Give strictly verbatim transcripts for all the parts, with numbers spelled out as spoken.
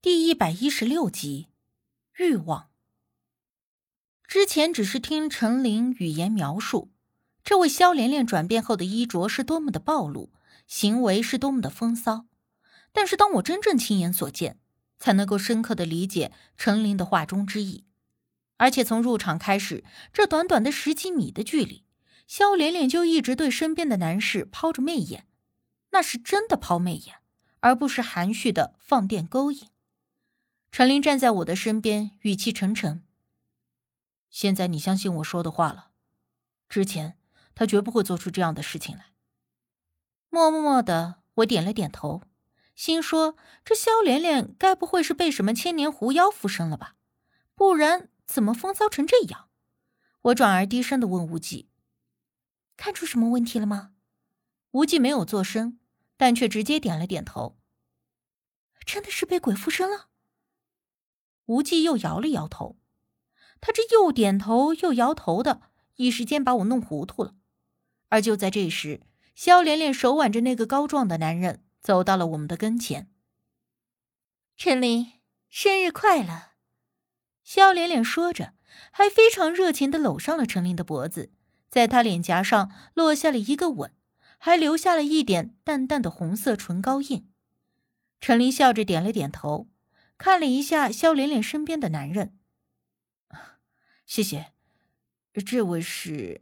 第一百一十六集，欲望。之前只是听陈琳语言描述，这位萧莲莲转变后的衣着是多么的暴露，行为是多么的风骚。但是当我真正亲眼所见，才能够深刻的理解陈琳的话中之意。而且从入场开始，这短短的十几米的距离，萧莲莲就一直对身边的男士抛着媚眼，那是真的抛媚眼，而不是含蓄的放电勾引。陈琳站在我的身边，语气沉沉。现在你相信我说的话了，之前他绝不会做出这样的事情来。默默的，我点了点头，心说这萧莲莲该不会是被什么千年狐妖附身了吧？不然怎么风骚成这样？我转而低声的问无忌，看出什么问题了吗？无忌没有作声，但却直接点了点头。真的是被鬼附身了？无忌又摇了摇头，他这又点头又摇头的，一时间把我弄糊涂了。而就在这时，萧莲莲手挽着那个高壮的男人走到了我们的跟前。陈琳，生日快乐！萧莲莲说着，还非常热情地搂上了陈琳的脖子，在她脸颊上落下了一个吻，还留下了一点淡淡的红色唇膏印。陈琳笑着点了点头，看了一下萧莲莲身边的男人。谢谢，这位是……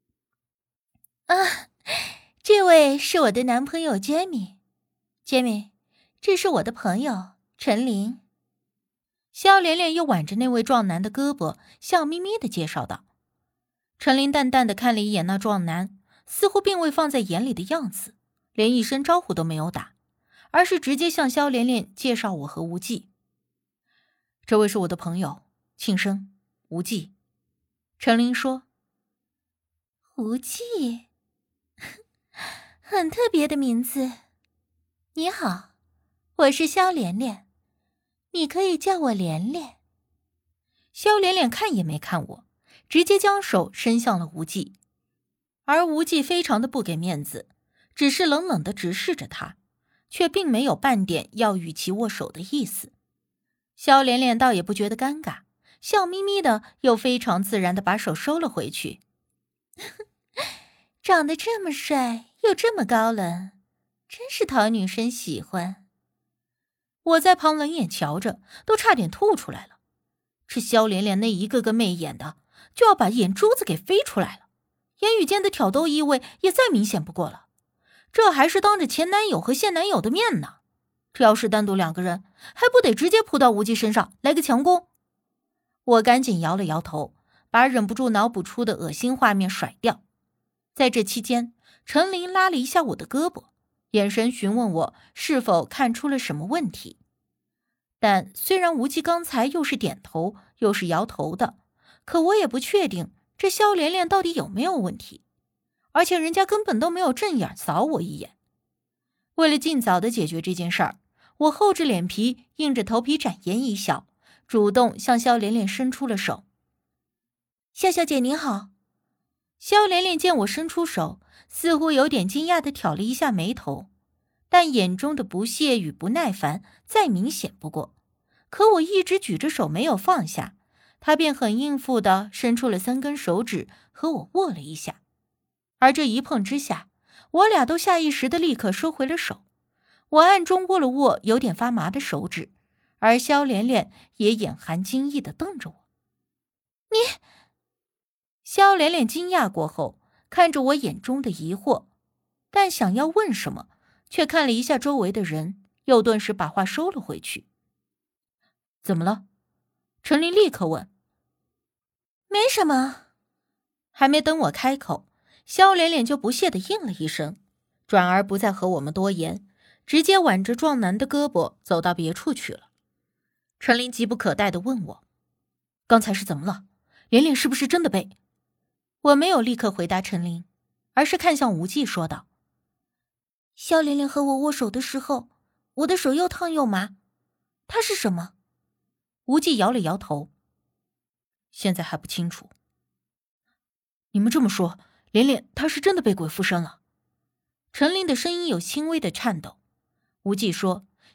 啊，这位是我的男朋友 Jamie。Jamie， 这是我的朋友陈琳。萧莲莲又挽着那位壮男的胳膊，笑眯眯地介绍道。陈琳淡淡地看了一眼那壮男，似乎并未放在眼里的样子，连一声招呼都没有打，而是直接向萧莲莲介绍我和无忌。这位是我的朋友庆生，无忌。陈琳说。无忌，很特别的名字。你好，我是萧莲莲，你可以叫我莲莲。萧莲莲看也没看我，直接将手伸向了无忌，而无忌非常的不给面子，只是冷冷的直视着他，却并没有半点要与其握手的意思。萧莲莲倒也不觉得尴尬，笑眯眯的又非常自然的把手收了回去。长得这么帅又这么高冷，真是讨女生喜欢。我在旁冷眼瞧着，都差点吐出来了。这萧莲莲那一个个媚眼的，就要把眼珠子给飞出来了，言语间的挑逗意味也再明显不过了。这还是当着前男友和现男友的面呢，这要是单独两个人，还不得直接扑到无忌身上来个强攻？我赶紧摇了摇头，把忍不住脑补出的恶心画面甩掉。在这期间，陈琳拉了一下我的胳膊，眼神询问我是否看出了什么问题。但虽然无忌刚才又是点头又是摇头的，可我也不确定这萧莲莲到底有没有问题，而且人家根本都没有正眼扫我一眼。为了尽早的解决这件事儿，我厚着脸皮硬着头皮展颜一笑，主动向萧莲莲伸出了手。萧小姐您好。萧莲莲见我伸出手，似乎有点惊讶地挑了一下眉头，但眼中的不屑与不耐烦再明显不过。可我一直举着手没有放下，她便很应付地伸出了三根手指和我握了一下。而这一碰之下，我俩都下意识地立刻收回了手。我暗中握了握有点发麻的手指，而萧莲莲也眼含惊异地瞪着我。你……萧莲莲惊讶过后，看着我眼中的疑惑，但想要问什么，却看了一下周围的人，又顿时把话收了回去。怎么了？陈琳立刻问。没什么。还没等我开口，萧莲莲就不屑地应了一声，转而不再和我们多言，直接挽着壮男的胳膊走到别处去了。陈琳急不可待地问我，刚才是怎么了？莲莲是不是真的被……我没有立刻回答陈琳，而是看向无忌说道。萧莲莲和我握手的时候，我的手又烫又麻，她是什么？无忌摇了摇头。现在还不清楚。你们这么说，莲莲她是真的被鬼附身了？陈琳的声音有轻微的颤抖。无忌说，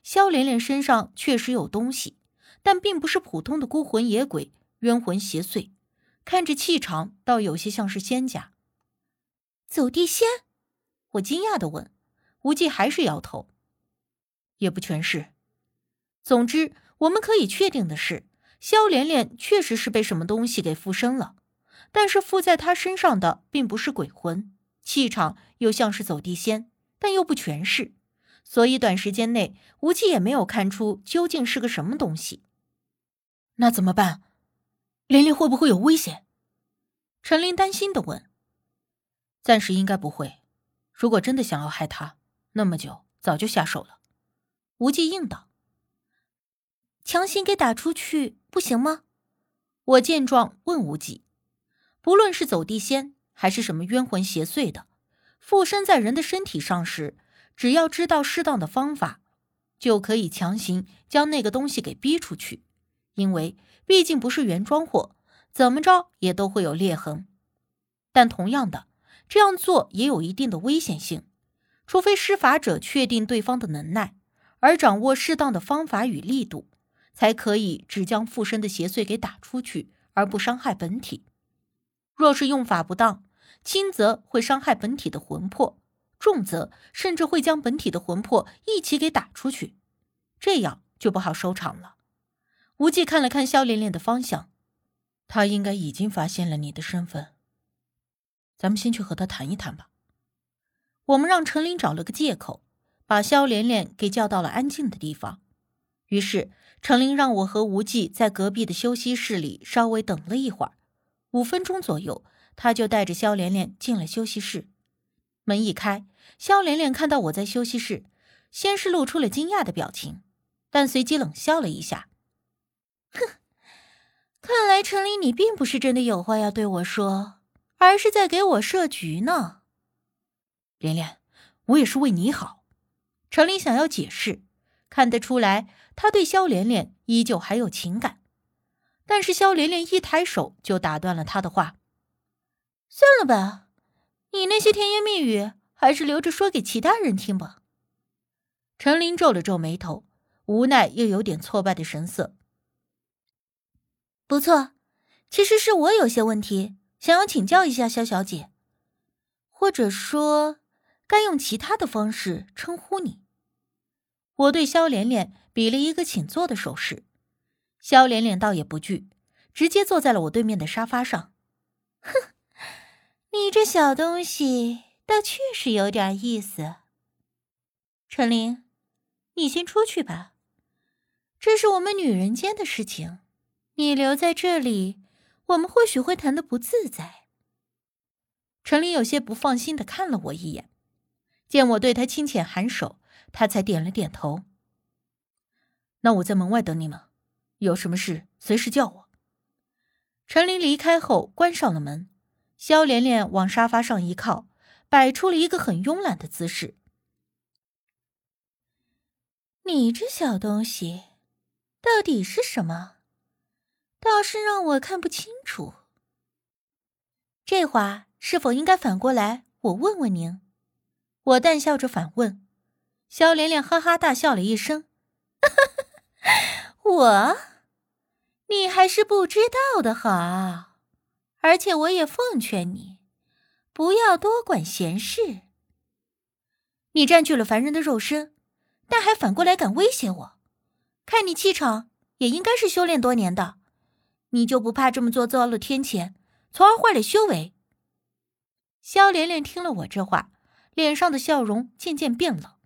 萧连连身上确实有东西，但并不是普通的孤魂野鬼、冤魂邪祟，看着气场倒有些像是仙家。走地仙？我惊讶地问，无忌还是摇头。也不全是。总之，我们可以确定的是，萧连连确实是被什么东西给附身了，但是附在她身上的并不是鬼魂，气场又像是走地仙，但又不全是。所以短时间内，无忌也没有看出究竟是个什么东西。 那怎么办？连连会不会有危险？ 陈琳担心地问。暂时应该不会，如果真的想要害他，那么久早就下手了。无忌应道。强行给打出去不行吗？我见状问无忌。不论是走地仙还是什么冤魂邪祟的，附身在人的身体上时，只要知道适当的方法，就可以强行将那个东西给逼出去。因为毕竟不是原装货，怎么着也都会有裂痕。但同样的，这样做也有一定的危险性，除非施法者确定对方的能耐，而掌握适当的方法与力度，才可以只将附身的邪祟给打出去，而不伤害本体。若是用法不当，轻则会伤害本体的魂魄，重则甚至会将本体的魂魄一起给打出去，这样就不好收场了。无忌看了看萧连连的方向，他应该已经发现了你的身份，咱们先去和他谈一谈吧。我们让陈琳找了个借口，把萧连连给叫到了安静的地方。于是陈琳让我和无忌在隔壁的休息室里稍微等了一会儿，五分钟左右，他就带着萧连连进了休息室。门一开，萧连连看到我在休息室，先是露出了惊讶的表情，但随即冷笑了一下。哼，看来陈琳你并不是真的有话要对我说，而是在给我设局呢。连连，我也是为你好。陈琳想要解释，看得出来他对萧连连依旧还有情感，但是萧连连一抬手就打断了他的话。算了吧，你那些甜言蜜语还是留着说给其他人听吧。陈琳皱了皱眉头，无奈又有点挫败的神色。不错，其实是我有些问题想要请教一下萧小姐，或者说该用其他的方式称呼你。我对萧连连比了一个请坐的手势，萧连连倒也不惧，直接坐在了我对面的沙发上。哼，你这小东西倒确实有点意思。陈琳，你先出去吧，这是我们女人间的事情，你留在这里，我们或许会谈得不自在。陈琳有些不放心地看了我一眼，见我对他轻浅颔首，他才点了点头。那我在门外等你们，有什么事随时叫我。陈琳离开后关上了门，萧连连往沙发上一靠，摆出了一个很慵懒的姿势。你这小东西到底是什么？倒是让我看不清楚。这话是否应该反过来我问问您？我淡笑着反问。萧连连哈哈大笑了一声。我？你还是不知道的好，而且我也奉劝你不要多管闲事。你占据了凡人的肉身，但还反过来敢威胁我，看你气场也应该是修炼多年的，你就不怕这么做遭了天谴，从而坏了修为？萧连连听了我这话，脸上的笑容渐渐变了。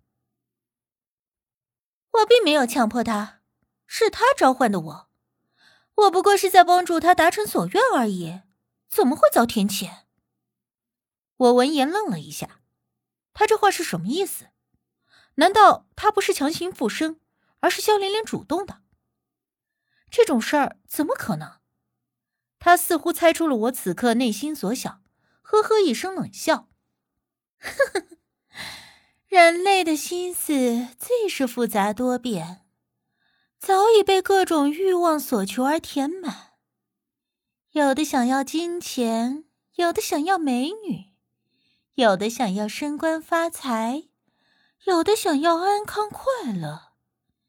我并没有强迫他，是他召唤的我，我不过是在帮助他达成所愿而已，怎么会遭天谴？我闻言愣了一下，他这话是什么意思？难道他不是强行附身，而是萧连连主动的？这种事儿怎么可能？他似乎猜出了我此刻内心所想，呵呵一声冷笑。呵呵，人类的心思最是复杂多变，早已被各种欲望所求而填满。有的想要金钱，有的想要美女，有的想要升官发财，有的想要安康快乐，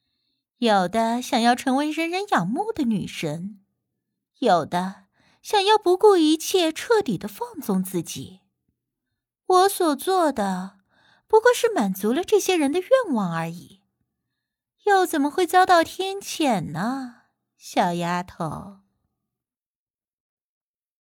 有的想要成为人人仰慕的女神，有的想要不顾一切彻底的放纵自己。我所做的不过是满足了这些人的愿望而已，又怎么会遭到天谴呢，小丫头？